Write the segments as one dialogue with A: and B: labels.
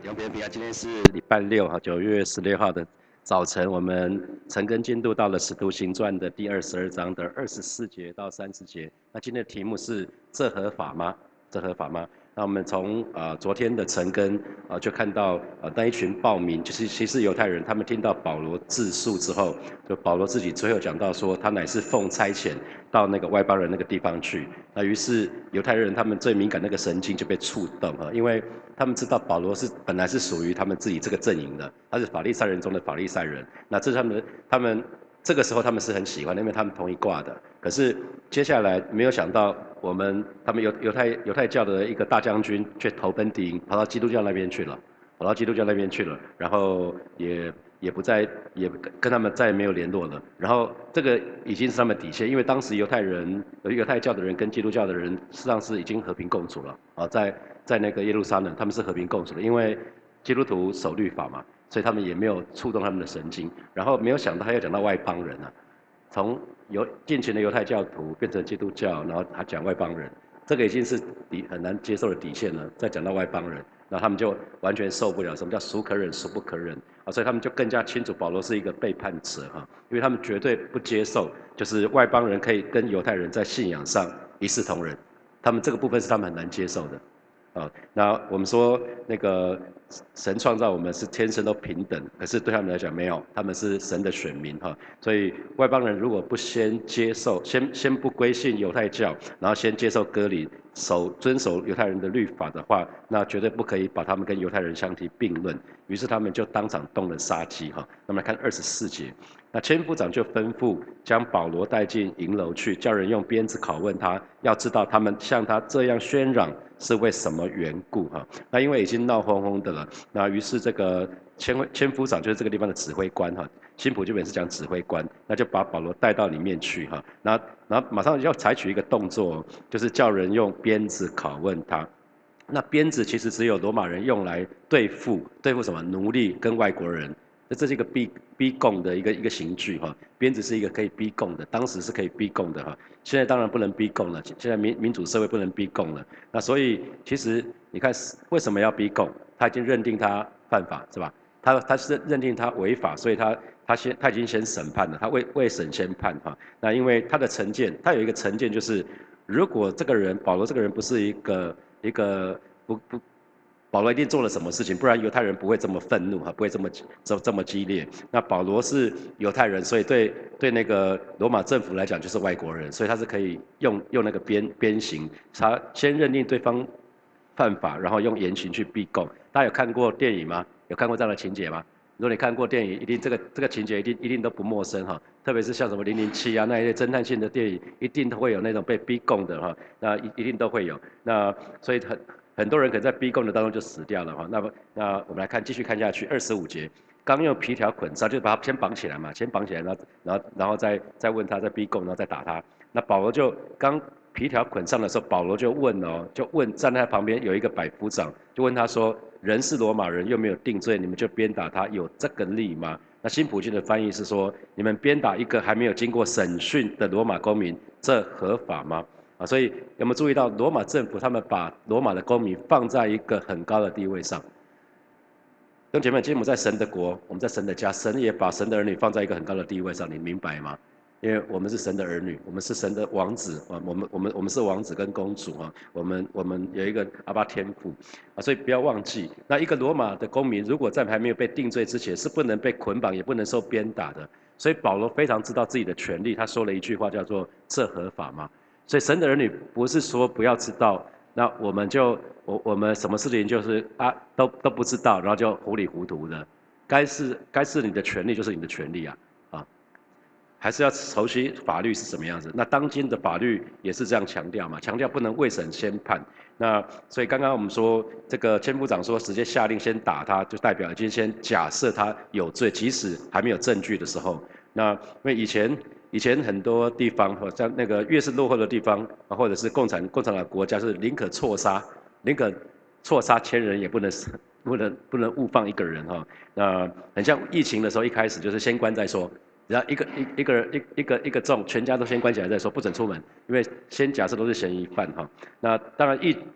A: 弟兄平安，今天是礼拜六哈，9月16号的早晨，我们陈根进度到了《使徒行传》的第22章的24节到30节。那今天的题目是这合法吗？这合法吗？那我们从昨天的陈根就看到那一群暴民，就是其实犹太人，他们听到保罗自述之后，就保罗自己最后讲到说，他乃是奉差遣到那个外邦人那个地方去。那于是犹太人他们最敏感那个神经就被触动哈，因为他们知道保罗本来是属于他们自己这个阵营的，他是法利赛人中的法利赛人。那这是他们这个时候他们是很喜欢的，因为他们同一挂的。可是接下来没有想到，他们犹太教的一个大将军却投奔敌营，跑到基督教那边去了，然后也不再也跟他们再也没有联络了。然后这个已经是他们底线，因为当时犹太教的人跟基督教的人实际上是已经和平共处了啊，在那个耶路撒冷他们是和平共处的，因为基督徒守律法嘛，所以他们也没有触动他们的神经。然后没有想到他要讲到外邦人啊，从近前的犹太教徒变成基督教，然后他讲外邦人，这个已经是很难接受的底线了。再讲到外邦人，那他们就完全受不了。什么叫孰可忍孰不可忍啊？所以他们就更加清楚保罗是一个背叛者哈，因为他们绝对不接受，就是外邦人可以跟犹太人在信仰上一视同仁，他们这个部分是他们很难接受的。那我们说那个神创造我们是天生都平等，可是对他们来讲没有，他们是神的选民哈。所以外邦人如果不先接受，先不归信犹太教，然后先接受割礼，遵守犹太人的律法的话，那绝对不可以把他们跟犹太人相提并论。于是他们就当场动了杀机哈。那么来看24节，那千夫长就吩咐将保罗带进营楼去，叫人用鞭子拷问他，要知道他们向他这样宣嚷是为什么缘故哈。那因为已经闹哄哄的了，那于是这个千夫长就是这个地方的指挥官哈，新普这边是讲指挥官，那就把保罗带到里面去哈，然后马上要采取一个动作，就是叫人用鞭子拷问他。那鞭子其实只有罗马人用来对付什么奴隶跟外国人，这是一个逼供的一个刑具哈。鞭子是一个可以逼供的，当时是可以逼供的哈。现在当然不能逼供了，现在民主社会不能逼供了。那所以其实你看为什么要逼供？他已经认定他犯法是吧？他是认定他违法，所以他已经先审判了，他未审先判哈。那因为他的成见，他有一个成见就是，如果这个人保罗这个人不是一个不保罗一定做了什么事情，不然犹太人不会这么愤怒哈，不会这么激烈。那保罗是犹太人，所以对那个罗马政府来讲就是外国人，所以他是可以用那个鞭刑，他先认定对方犯法，然后用严刑去逼供。大家有看过电影吗？有看过这样的情节吗？如果你看过电影，一定这个情节一定都不陌生哈。特别是像什么007啊那一类侦探性的电影，一定都会有那种被逼供的哈。那一定都会有。那所以很多人可能在逼供的当中就死掉了哈。那我们来继续看下去25节，刚用皮条捆上，就把他先绑起来嘛，先绑起来，然后再问他，再逼供，然后再打他。那保罗就刚皮条捆上的时候，保罗就问站在他旁边有一个百夫长，就问他说：人是罗马人，又没有定罪，你们就鞭打他，有这个理吗？那新普京的翻译是说：你们鞭打一个还没有经过审讯的罗马公民，这合法吗？啊，所以有没有注意到罗马政府他们把罗马的公民放在一个很高的地位上？弟兄姐妹，今天我们在神的国，我们在神的家，神也把神的儿女放在一个很高的地位上，你明白吗？因为我们是神的儿女，我们是神的王子啊，我们是王子跟公主啊，我们有一个阿爸天父啊，所以不要忘记，那一个罗马的公民，如果在还没有被定罪之前，是不能被捆绑，也不能受鞭打的。所以保罗非常知道自己的权利，他说了一句话叫做“这合法吗？”所以神的儿女不是说不要知道，那我们什么事情就是都不知道，然后就糊里糊涂的，该是你的权利就是你的权利啊。还是要熟悉法律是什么样子。那当今的法律也是这样强调嘛，强调不能未审先判。那所以刚刚我们说这个千夫长说直接下令先打他，就代表已经先假设他有罪，即使还没有证据的时候。那因为以前很多地方，像那个越是落后的地方，或者是共产党国家，是宁可错杀千人，也不能误放一个人哈。那很像疫情的时候，一开始就是先关再说。然后一个中，全家都先关起来再说，不准出门，因为先假设都是嫌疑犯哈。那当然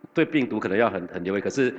A: 对病毒可能要很留意，可是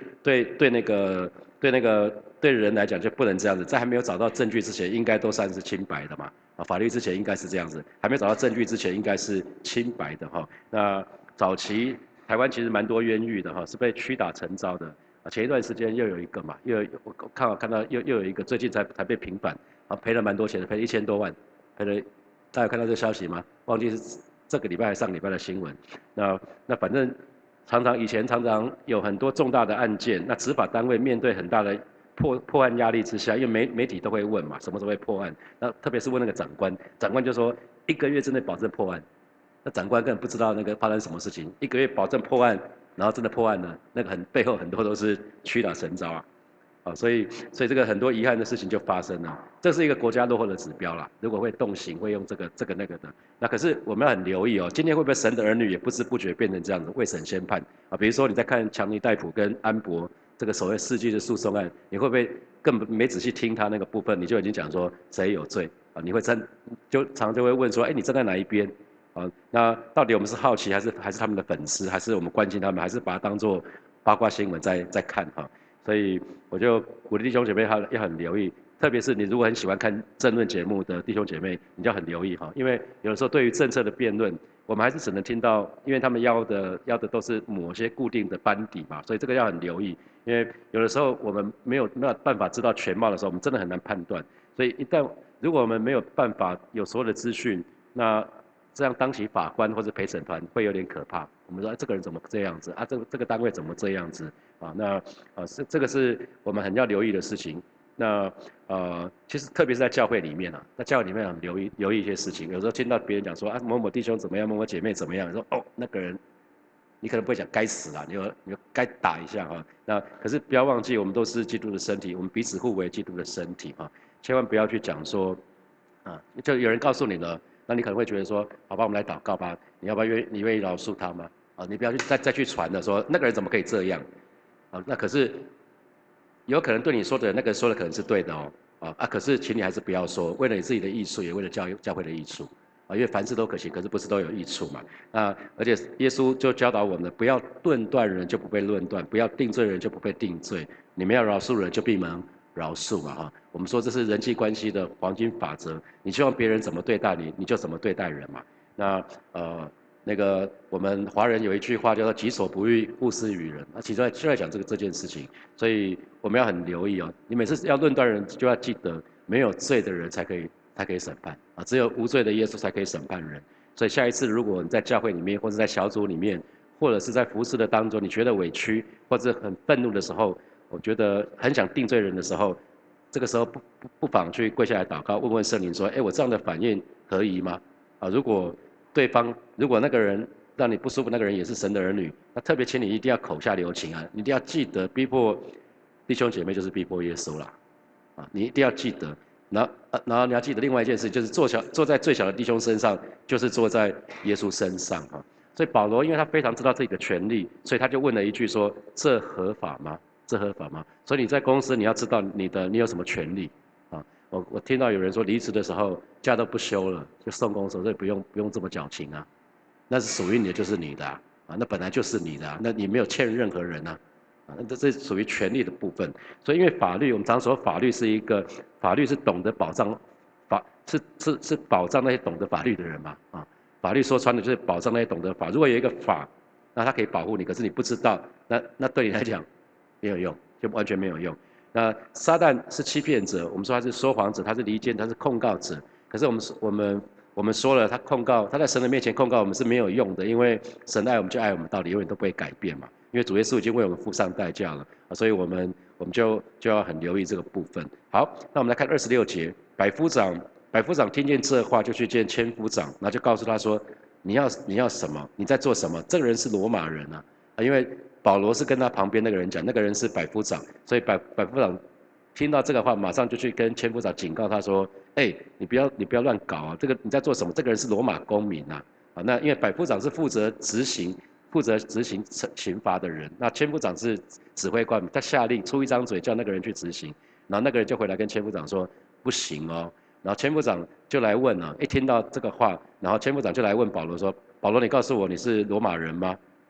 A: 对人来讲就不能这样子，在还没有找到证据之前，应该都算是清白的嘛。啊，法律之前应该是这样子，还没有找到证据之前应该是清白的哈。那早期台湾其实蛮多冤狱的哈，是被屈打成招的。啊，前一段时间又有一个嘛，我看到又有一个，最近才被平反，啊，赔了蛮多钱的，赔了1000多万，赔了，大家有看到这个消息吗？忘记是这个礼拜还是上个礼拜的新闻。那反正以前常常有很多重大的案件，那执法单位面对很大的破案压力之下，因为媒体都会问嘛，什么时候会破案？那特别是问那个长官，长官就说1个月之内保证破案。那长官根本不知道那个发生什么事情，1个月保证破案，然后真的破案了，那个背后很多都是屈打成招啊。啊，所以这个很多遗憾的事情就发生了，这是一个国家落后的指标啦。如果会动刑，会用这个那个的，那可是我们要很留意哦，今天会不会神的儿女也不知不觉变成这样子，未审先判啊？比如说你在看强尼戴普跟安博这个所谓世纪的诉讼案，你会不会根本没仔细听他那个部分，你就已经讲说谁有罪啊？你会常就会问说，哎，你站在哪一边？啊，那到底我们是好奇，还是他们的粉丝，还是我们关心他们，还是把它当做八卦新闻在看哈？所以我就鼓励弟兄姐妹要很留意，特别是你如果很喜欢看政论节目的弟兄姐妹，你就要很留意哈，因为有的时候对于政策的辩论，我们还是只能听到，因为他们要的都是某些固定的班底嘛，所以这个要很留意，因为有的时候我们没有办法知道全貌的时候，我们真的很难判断，所以如果我们没有办法有所有的资讯，那这样当起法官或者陪审团会有点可怕。我们说，这个人怎么这样子啊？这个单位怎么这样子啊？这个是我们很要留意的事情。那其实特别是在教会里面啊，在教会里面很留意一些事情。有时候听到别人讲说啊，某某弟兄怎么样，某某姐妹怎么样，说哦那个人，你可能不会讲该死啊，你该打一下哈。那可是不要忘记，我们都是基督的身体，我们彼此互为基督的身体哈。千万不要去讲说啊，就有人告诉你了。那你可能会觉得说，好吧，我们来祷告吧。你要不要你愿意饶恕他吗？啊，你不要再去传了，说那个人怎么可以这样？啊，那可是有可能对你说的那个说的可能是对的哦。可是请你还是不要说，为了你自己的益处，也为了教会的益处。啊，因为凡事都可行，可是不是都有益处嘛？而且耶稣就教导我们，不要论断人，就不被论断；不要定罪人，就不被定罪。你们要饶恕人，就必能饶恕嘛哈。我们说这是人际关系的黄金法则，你希望别人怎么对待你，你就怎么对待人嘛。那个我们华人有一句话叫做“己所不欲，勿施于人”，其实就在讲这件事情，所以我们要很留意哦。你每次要论断人，就要记得没有罪的人才可以审判啊，只有无罪的耶稣才可以审判人。所以下一次如果你在教会里面，或者在小组里面，或者是在服侍的当中，你觉得委屈或者很愤怒的时候，我觉得很想定罪人的时候，这个时候不妨去跪下来祷告，问问圣灵说：哎，我这样的反应可以吗？啊，如果那个人让你不舒服，那个人也是神的儿女，那特别请你一定要口下留情啊，你一定要记得逼迫弟兄姐妹就是逼迫耶稣啦，啊，你一定要记得。然后你要记得另外一件事，就是坐在最小的弟兄身上，就是坐在耶稣身上哈。所以保罗因为他非常知道自己的权利，所以他就问了一句说：这合法吗？这合法吗？所以你在公司你要知道你有什么权利啊。我听到有人说离职的时候假都不休了，就送公司，所以不用这么矫情啊。那是属于你的就是你的那本来就是你的那你没有欠任何人那这属于权利的部分。所以因为法律，我们常说法律是懂得保障是保障那些懂得法律的人嘛法律说穿了就是保障那些懂得法。如果有一个法，那它可以保护你，可是你不知道，那对你来讲没有用，就完全没有用。那撒旦是欺骗者，我们说他是说谎者，他是离间，他是控告者。可是我们说了，他在神的面前控告我们是没有用的，因为神爱我们就爱我们到底，永远都不会改变嘛。因为主耶稣已经为我们付上代价了所以我们就要很留意这个部分。好，那我们来看26节，百夫长听见这话，就去见千夫长，然后就告诉他说：你要什么？你在做什么？这个人是罗马人因为保罗是跟他旁边那个人讲，那个人是百夫长，所以百夫长听到这个话，马上就去跟千夫长警告他说：哎，你不要乱搞这个你在做什么？这个人是罗马公民那因为百夫长是负责执行刑罚的人，那千夫长是指挥官，他下令出一张嘴叫那个人去执行，然后那个人就回来跟千夫长说不行然后千夫长就来问一听到这个话，然后千夫长就来问保罗说：保罗，你告诉我你是罗马人吗？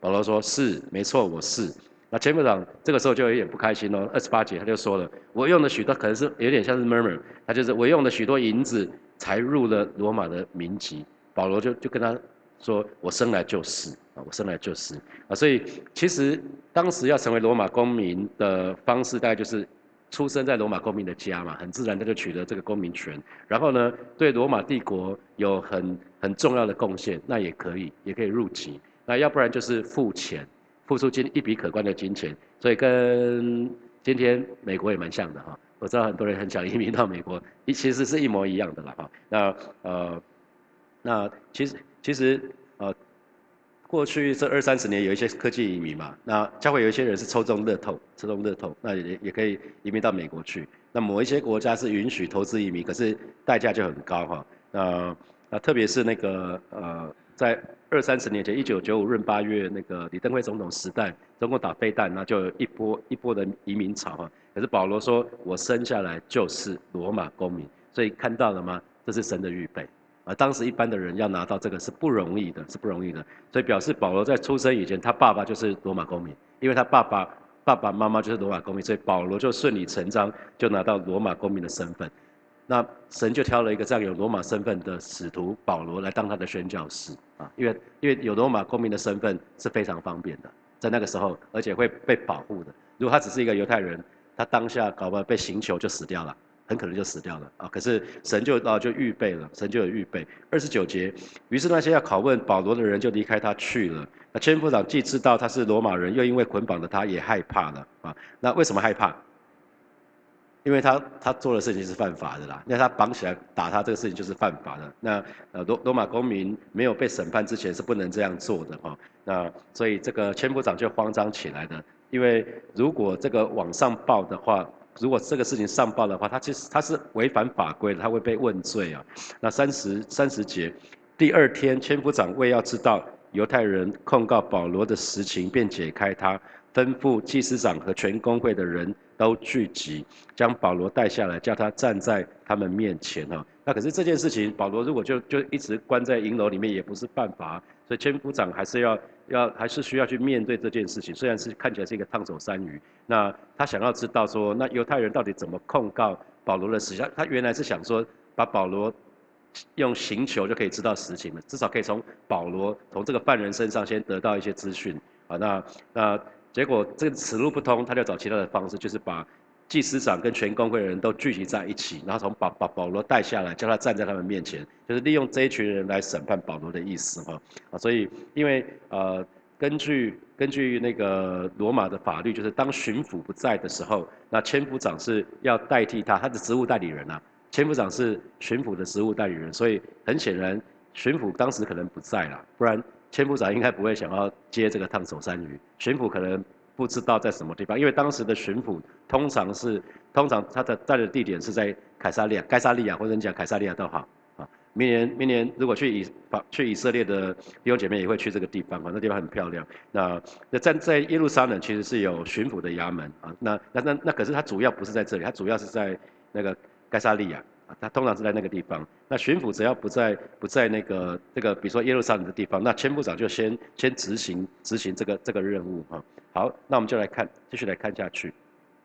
A: 保罗说：是，没错，我是。那千夫长这个时候就有点不开心哦。28节他就说了：我用了许多，可能是有点像是 murmur，他就是我用了许多银子才入了罗马的民籍。保罗就跟他说：我生来就是啊，我生来就是啊。所以其实当时要成为罗马公民的方式，大概就是出生在罗马公民的家嘛，很自然他就取得这个公民权。然后呢，对罗马帝国有很重要的贡献，那也可以入籍。那要不然就是付钱，付出一笔可观的金钱。所以跟今天美国也蛮像的哈。我知道很多人很想移民到美国，其实是一模一样的啦哈。那其实过去这20-30年有一些科技移民嘛，那教会有一些人是抽中乐透，那也可以移民到美国去。那某一些国家是允许投资移民，可是代价就很高哈。那特别是那个在20-30年前，1995闰8月那个李登辉总统时代，中共打飞弹，那就有一波的移民潮哈。可是保罗说，我生下来就是罗马公民，所以看到了吗？这是神的预备。当时一般的人要拿到这个是不容易的，所以表示保罗在出生以前，他爸爸就是罗马公民，因为他爸爸妈妈就是罗马公民，所以保罗就顺理成章就拿到罗马公民的身份。那神就挑了一个这样有罗马身份的使徒保罗来当他的宣教士啊，因为有罗马公民的身份是非常方便的，在那个时候，而且会被保护的。如果他只是一个犹太人，他当下搞不好被刑求就死掉了。很可能就死掉了啊！可是神就预备了，神就有预备。29节，于是那些要拷问保罗的人就离开他去了。那千夫长既知道他是罗马人，又因为捆绑的他也害怕了啊。那为什么害怕？因为他做的事情是犯法的啦，那他绑起来打他这个事情就是犯法的。那罗马公民没有被审判之前是不能这样做的哈。那所以这个千夫长就慌张起来的，因为如果这个往上报的话，如果这个事情上报的话，其实他是违反法规的，他会被问罪啊。那30节，第二天千夫长为要知道犹太人控告保罗的实情，便解开他，吩咐祭司长和全公会的人都聚集，将保罗带下来，叫他站在他们面前哈。那可是这件事情，保罗如果就一直关在营楼里面，也不是办法，所以千夫长还是需要去面对这件事情。虽然是看起来是一个烫手山芋，那他想要知道说，那犹太人到底怎么控告保罗的实情？他原来是想说，把保罗用刑求就可以知道实情了，至少可以从这个犯人身上先得到一些资讯啊。那结果这个此路不通，他就找其他的方式，就是把祭司长跟全公会的人都聚集在一起，然后把保罗带下来，叫他站在他们面前，就是利用这一群人来审判保罗的意思哈。所以因为根据那个罗马的法律，就是当巡抚不在的时候，那千夫长是要代替他的职务代理人啊。千夫长是巡抚的职务代理人，所以很显然巡抚当时可能不在啦，不然千夫长应该不会想要接这个烫手山芋。巡抚可能不知道在什么地方，因为当时的巡抚通常他的在的地点是在该撒利亚或者你讲凯撒利亚都好啊。明年如果去以色列的弟兄姐妹也会去这个地方啊，那地方很漂亮。那在耶路撒冷其实是有巡抚的衙门啊，那可是他主要不是在这里，他主要是在那个该撒利亚。他通常是在那个地方。那巡抚只要不在那个比如说耶路撒冷的地方，那千夫长就先执行这个任务哈。好，那我们就继续来看下去。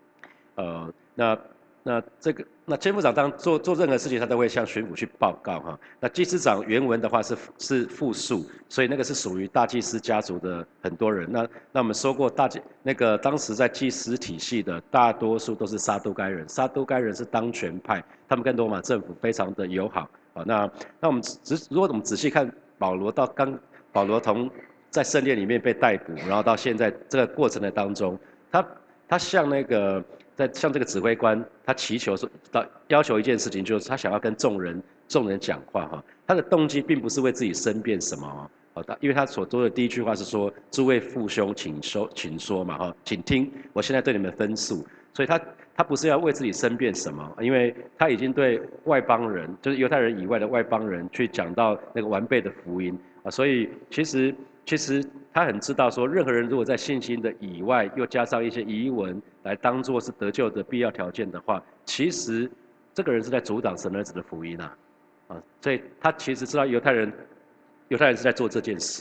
A: 那千夫长做任何事情，他都会向巡抚去报告哈。那祭司长原文的话是复数，所以那个是属于大祭司家族的很多人。那我们说过当时在祭司体系的大多数都是撒都该人，撒都该人是当权派，他们跟罗马政府非常的友好啊。那如果我们仔细看保罗在圣殿里面被逮捕，然后到现在这个过程的当中，他向向这个指挥官，他要求一件事情，就是他想要跟众人讲话哈。他的动机并不是为自己申辩什么因为他所说的第一句话是说：诸位父兄，请说嘛哈，请听，我现在对你们分诉。所以他不是要为自己申辩什么，因为他已经对外邦人，就是犹太人以外的外邦人，去讲到那个完备的福音啊。所以其实他很知道说，任何人如果在信心的以外，又加上一些疑问来当做是得救的必要条件的话，其实这个人是在阻挡神儿子的福音啊。所以他其实知道犹太人是在做这件事啦。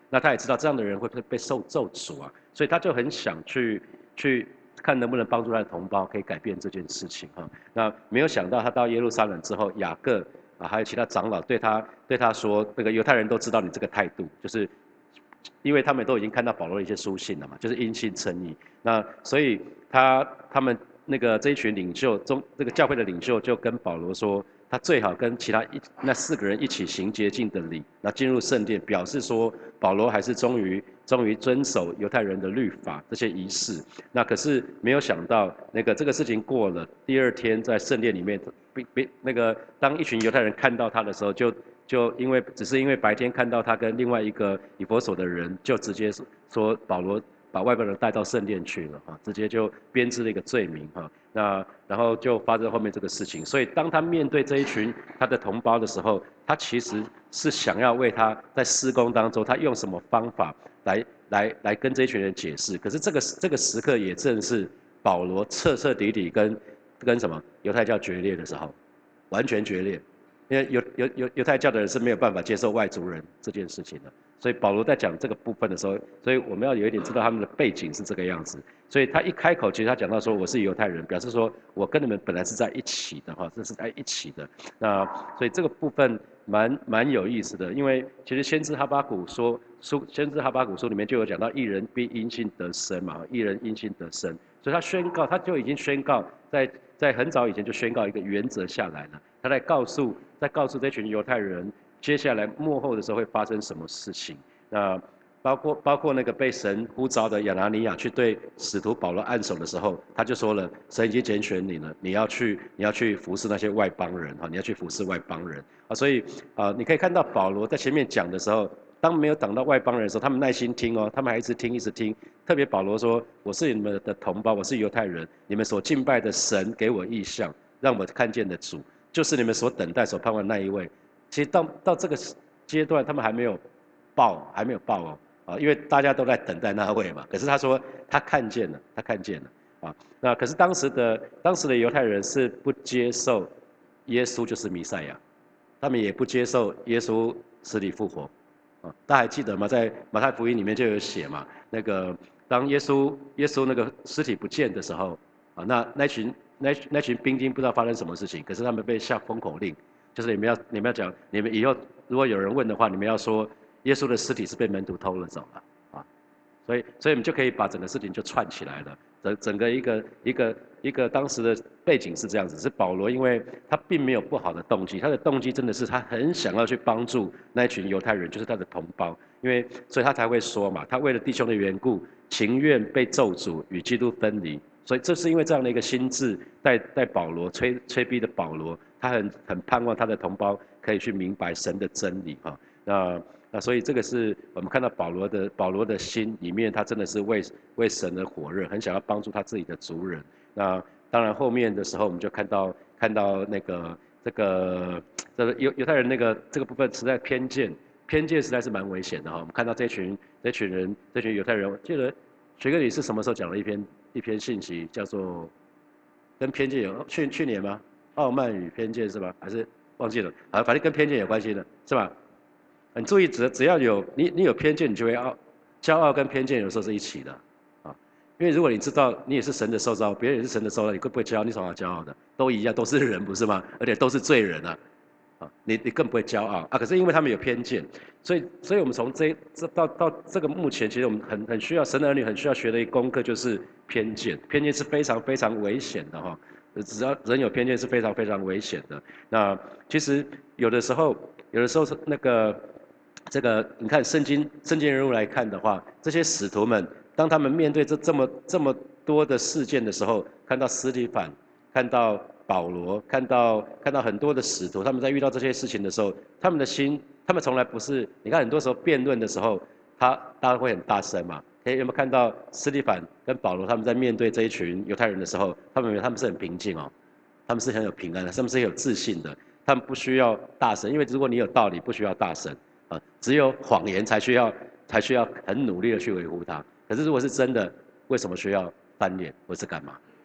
A: 那他也知道这样的人会被受咒诅啊，所以他就很想去看能不能帮助他的同胞可以改变这件事情哈。那没有想到他到耶路撒冷之后，雅各啊还有其他长老对他说，那个犹太人都知道你这个态度，就是因为他们都已经看到保罗的一些书信了嘛，就是因信称义。那所以他们那个这一群领袖这个教会的领袖就跟保罗说，他最好跟其他那4个人一起行洁净的礼，那进入圣殿，表示说保罗还是忠于遵守犹太人的律法这些仪式。那可是没有想到，这个事情过了，第2天在圣殿里面，当一群犹太人看到他的时候，只是因为白天看到他跟另外一个以弗所的人，就直接说保罗把外邦人带到圣殿去了哈，直接就编织了一个罪名哈。那然后就发生后面这个事情，所以当他面对这一群他的同胞的时候，他其实是想要为他在施工当中，他用什么方法来跟这一群人解释。可是这个时刻也正是保罗彻彻底底跟什么犹太教决裂的时候，完全决裂。因为犹太教的人是没有办法接受外族人这件事情的，所以保罗在讲这个部分的时候，所以我们要有一点知道他们的背景是这个样子。所以他一开口，其实他讲到说我是犹太人，表示说我跟你们本来是在一起的哈，这是在一起的。那所以这个部分蛮有意思的，因为其实先知哈巴谷书里面就有讲到义人必因信得生嘛，义人因信得生，所以他就已经宣告在很早以前就宣告一个原则下来了，他在告诉这群犹太人，接下来末后的时候会发生什么事情。那包括那个被神呼召的亚拿尼亚去对使徒保罗按手的时候，他就说了，神已经拣选你了，你要去服侍那些外邦人哈，你要去服侍外邦人啊。所以你可以看到保罗在前面讲的时候，当没有挡到外邦人的时候，他们耐心听哦，他们还一直听。特别保罗说，我是你们的同胞，我是犹太人，你们所敬拜的神给我异象，让我看见的主，就是你们所等待所盼望那一位。其实到这个阶段，他们还没有报哦。因为大家都在等待那位嘛。可是他说他看见了啊。那可是当时的犹太人是不接受耶稣就是弥赛亚，他们也不接受耶稣死里复活啊。大家还记得吗？在马太福音里面就有写嘛，当耶稣那个尸体不见的时候啊，那群兵丁不知道发生什么事情，可是他们被下封口令，就是你们要讲，你们以后如果有人问的话，你们要说耶稣的尸体是被门徒偷了走了啊。所以我们就可以把整个事情就串起来了。整个一个当时的背景是这样子，是保罗，因为他并没有不好的动机，他的动机真的是他很想要去帮助那一群犹太人，就是他的同胞，所以他才会说嘛，他为了弟兄的缘故，情愿被咒诅，与基督分离。所以这是因为这样的一个心智，带保罗催逼的保罗，他很盼望他的同胞可以去明白神的真理哈。那所以这个是我们看到保罗的心里面，他真的是为神而火热，很想要帮助他自己的族人。那当然后面的时候，我们就看到这个犹太人这个部分实在偏见实在是蛮危险的哈。我们看到这群犹太人，我记得学哥你是什么时候讲了一篇信息，叫做跟偏见有去年吗？傲慢与偏见是吧？还是忘记了？反正跟偏见有关系的是吧？你注意，只要有你有偏见，你就会骄傲跟偏见有时候是一起的啊。因为如果你知道你也是神的受造，别人也是神的受造，你会不会骄傲？你什么要骄傲的？都一样，都是人，不是吗？而且都是罪人啊，你更不会骄傲啊。可是因为他们有偏见，所以我们从到这个目前，其实我们很需要神的儿女很需要学的一个功课就是偏见。偏见是非常非常危险的哈。只要人有偏见是非常非常危险的。那其实有的时候是这个你看圣经人物来看的话，这些使徒们当他们面对这么多的事件的时候，看到司提反，看到保罗，看到很多的使徒，他们在遇到这些事情的时候，他们的心，他们从来不是，你看很多时候辩论的时候，大家会很大声嘛。有没有看到司提反跟保罗他们在面对这一群犹太人的时候，他们是很平静哦，他们是很有平安的，他们是很有自信的，他们不需要大声，因为如果你有道理，不需要大声。只有谎言才需要很努力的去维护它。可是如果是真的，为什么需要翻脸或是干嘛？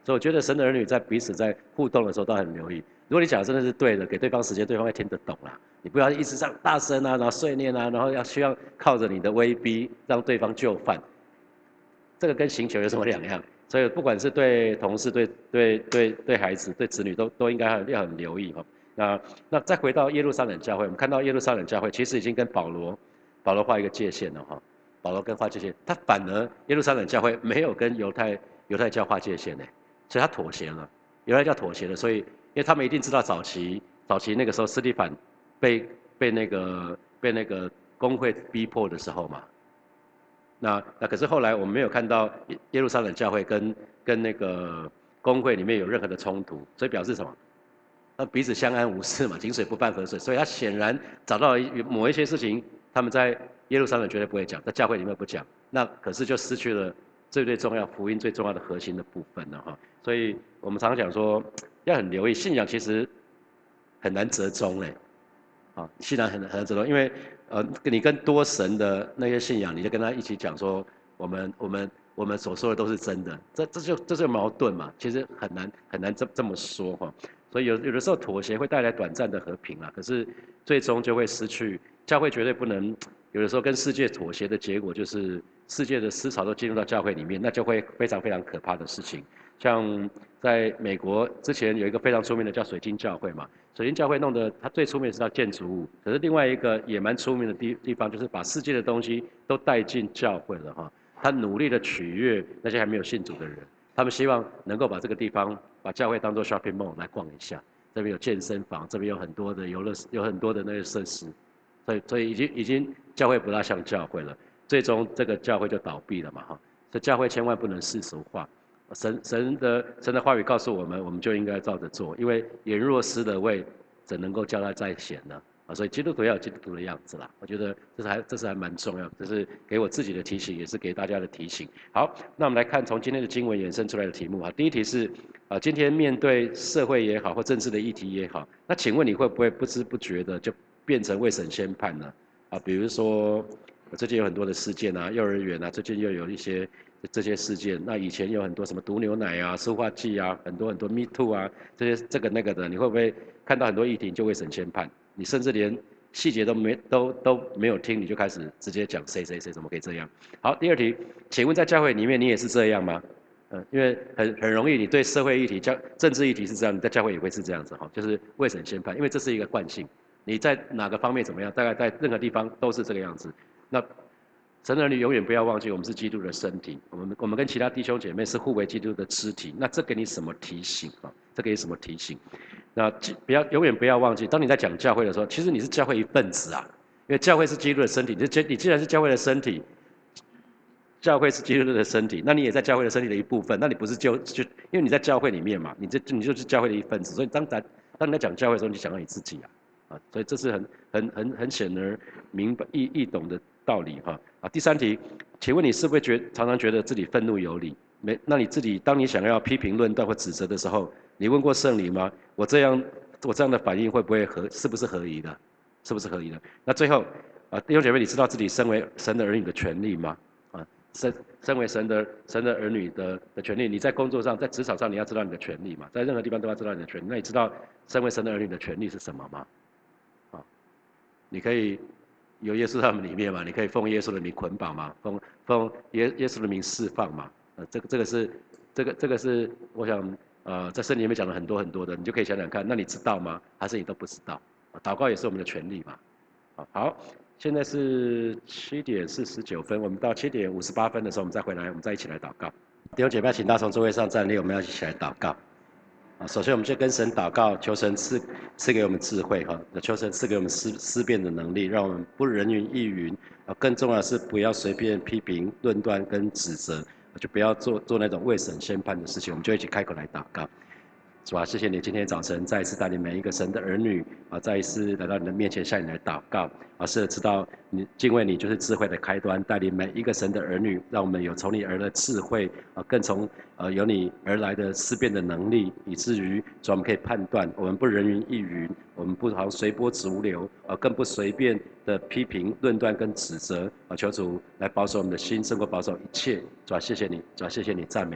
A: 所以我觉得神的儿女在彼此在互动的时候都很留意。如果你讲的真的是对的，给对方时间，对方会听得懂啦。你不要一直这样大声啊，然后碎念啊，然后需要靠着你的威逼让对方就范，这个跟刑求有什么两样？所以不管是对同事、对孩子、对子女都应该要很留意哈。那再回到耶路撒冷教会，我们看到耶路撒冷教会其实已经跟保罗画一个界限了哈。保罗跟画界限，他反而耶路撒冷教会没有跟犹太教划界限呢，所以他妥协了。犹太教妥协了，所以因为他们一定知道早期那个时候司提反被那个公会逼迫的时候嘛。那可是后来我们没有看到耶路撒冷教会跟那个公会里面有任何的冲突，所以表示什么？那彼此相安无事嘛，井水不犯河水，所以他显然找到某一些事情，他们在耶路撒冷绝对不会讲，在教会里面不讲，那可是就失去了最重要福音最重要的核心的部分了哈。所以我们常常讲说，要很留意信仰其实很难折中嘞。啊，信仰很难折中，因为你跟多神的那些信仰，你就跟他一起讲说，我们所说的都是真的，这就矛盾嘛，其实很难这么说哈。所以有的时候妥协会带来短暂的和平啊，可是最终就会失去。教会绝对不能有的时候跟世界妥协的结果就是世界的思潮都进入到教会里面，那就会非常非常可怕的事情。像在美国之前有一个非常出名的叫水晶教会嘛，水晶教会弄得它最出名的是叫建筑物，可是另外一个也蛮出名的地方就是把世界的东西都带进教会了哈。他努力的取悦那些还没有信主的人，他们希望能够把这个地方把教会当作 shopping mall 来逛一下，这边有健身房，这边有很多的游乐，有很多的那些设施，所以已经教会不大像教会了，最终这个教会就倒闭了嘛哈。所以教会千万不能世俗化。神的话语告诉我们，我们就应该照着做，因为言若失了位，怎能够叫他再显呢？啊，所以基督徒要有基督徒的样子啦。我觉得这是还蛮重要的，这是给我自己的提醒，也是给大家的提醒。好，那我们来看从今天的经文衍生出来的题目啊。第一题是今天面对社会也好或政治的议题也好，那请问你会不会不知不觉的就变成未审先判呢？啊，比如说最近有很多的事件啊，幼儿园啊，最近又有一些这些事件。那以前有很多什么毒牛奶啊、塑化剂啊，很多 Me Too 啊，这个那个的，你会不会看到很多议题就未审先判？你甚至连细节都没有听，你就开始直接讲谁谁谁怎么可以这样？好，第二题，请问在教会里面你也是这样吗？因为很容易，你对社会议题、政治议题是这样，你在教会也会是这样子哈，就是未审先判，因为这是一个惯性。你在哪个方面怎么样，大概在任何地方都是这个样子。那神的儿女永远不要忘记，我们是基督的身体，我们跟其他弟兄姐妹是互为基督的肢体。那这给你什么提醒啊？这给你什么提醒？那永远不要忘记，当你在讲教会的时候，其实你是教会一份子啊，因为教会是基督的身体。你既然是教会的身体，教会是基督的身体，那你也在教会的身体的一部分。那你不是因为你在教会里面嘛，你就是教会的一份子。所以当你在讲教会的时候，你想到你自己啊，所以这是很显而明白易懂的道理哈。啊，第三题，请问你是不是常常觉得自己愤怒有理？那你自己当你想要批评论断或指责的时候，你问过圣灵吗？我这样的反应会不会是不是合宜的？是不是合宜的？那最后弟兄姐妹，你知道自己身为神的儿女的权利吗？啊，身为神的儿女的权利，你在工作上，在职场上，你要知道你的权利嘛，在任何地方都要知道你的权利。那你知道身为神的儿女的权利是什么吗？啊，你可以有耶稣在我们里面嘛，你可以奉耶稣的名捆绑嘛，奉耶稣的名释放嘛。这个是我想在圣经里面讲了很多很多的，你就可以想想看，那你知道吗？还是你都不知道？祷告也是我们的权利嘛。好，现在是7:49，我们到7:58的时候，我们再回来，我们再一起来祷告。弟兄姐妹，请大家从座位上站立，我们要一起来祷告。首先我们就跟神祷告，求神赐给我们智慧哈，求神赐给我们思辨的能力，让我们不人云亦云。更重要的是不要随便批评、论断跟指责，就不要做那种未审先判的事情。我们就一起开口来祷告。主啊，谢谢你今天早晨再一次带领每一个神的儿女再一次来到你的面前，向你来祷告是知道你敬畏你就是智慧的开端，带领每一个神的儿女，让我们有从你而来的智慧更从由你而来的思辨的能力，以至于主我们可以判断，我们不人云亦云，我们不好像随波逐流更不随便的批评、论断跟指责求主来保守我们的心，胜过保守一切。主啊，谢谢你，主啊，谢谢你，赞美你。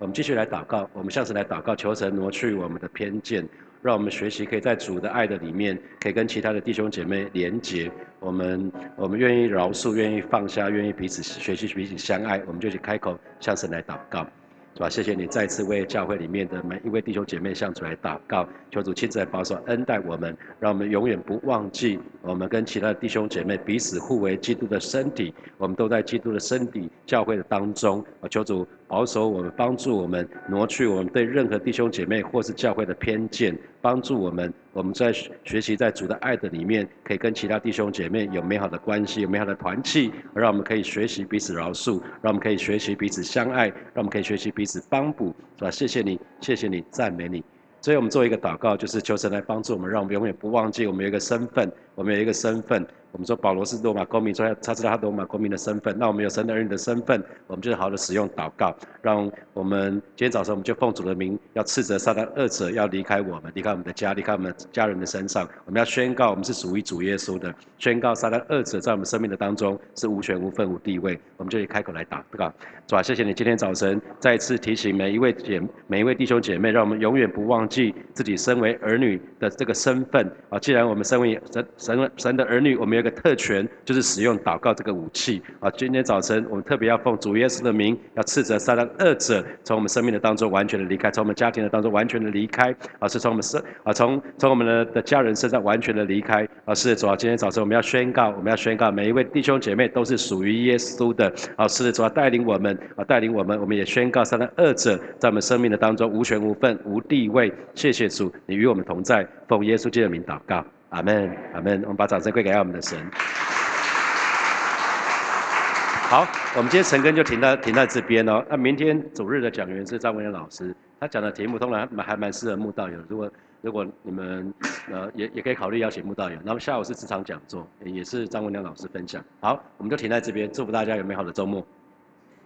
A: 我们继续来祷告，我们向神来祷告，求神挪去我们的偏见，让我们学习可以在主的爱的里面，可以跟其他的弟兄姐妹连结。我们愿意饶恕，愿意放下，愿意彼此学习，彼此相爱，我们就去开口向神来祷告。是吧？谢谢你再次为教会里面的每一位弟兄姐妹向主来祷告，求主亲自来保守恩待我们，让我们永远不忘记我们跟其他的弟兄姐妹彼此互为基督的身体，我们都在基督的身体教会的当中。求主保守我们，帮助我们挪去我们对任何弟兄姐妹或是教会的偏见，帮助我们在学习在主的爱的里面，可以跟其他弟兄姐妹有美好的关系，有美好的团契，让我们可以学习彼此饶恕，让我们可以学习彼此相爱，让我们可以学习彼此帮补，是吧？谢谢你，谢谢你，赞美你。所以我们做一个祷告，就是求神来帮助我们，让我们永远不忘记我们有一个身份，我们有一个身份。我们说保罗是罗马公民，说他知道他罗马公民的身份。那我们有神的儿女的身份，我们就好好的使用祷告，让我们今天早上我们就奉主的名，要斥责撒旦恶者要离开我们，离开我们的家，离开我们家人的身上。我们要宣告，我们是属于主耶稣的，宣告撒旦恶者在我们生命的当中是无权无分无地位。我们就可以开口来祷告。主啊，谢谢你今天早晨再一次提醒每一位弟兄姐妹，让我们永远不忘记自己身为儿女的这个身份啊！既然我们身为神的儿女，我们有一个特权，就是使用祷告这个武器啊！今天早晨我们特别要奉主耶稣的名，要斥责撒旦恶者从我们生命的当中完全的离开，从我们家庭的当中完全的离开啊！是从我们的家人身上完全的离开啊！是的，主啊，今天早晨我们要宣告，每一位弟兄姐妹都是属于耶稣的啊！是的，主啊，带领我们，我们也宣告撒旦恶者在我们生命的当中无权无分无地位。谢谢主，你与我们同在，奉耶稣基督的名祷告，阿门，阿门。我们把掌声归给我们的神。好，我们今天晨更就停在这边哦。那明天主日的讲员是张文元老师，他讲的题目通常还蛮适合慕道友。如果你们也可以考虑邀请慕道友。那么下午是职场讲座，也是张文良老师分享。好，我们就停在这边，祝福大家有美好的周末。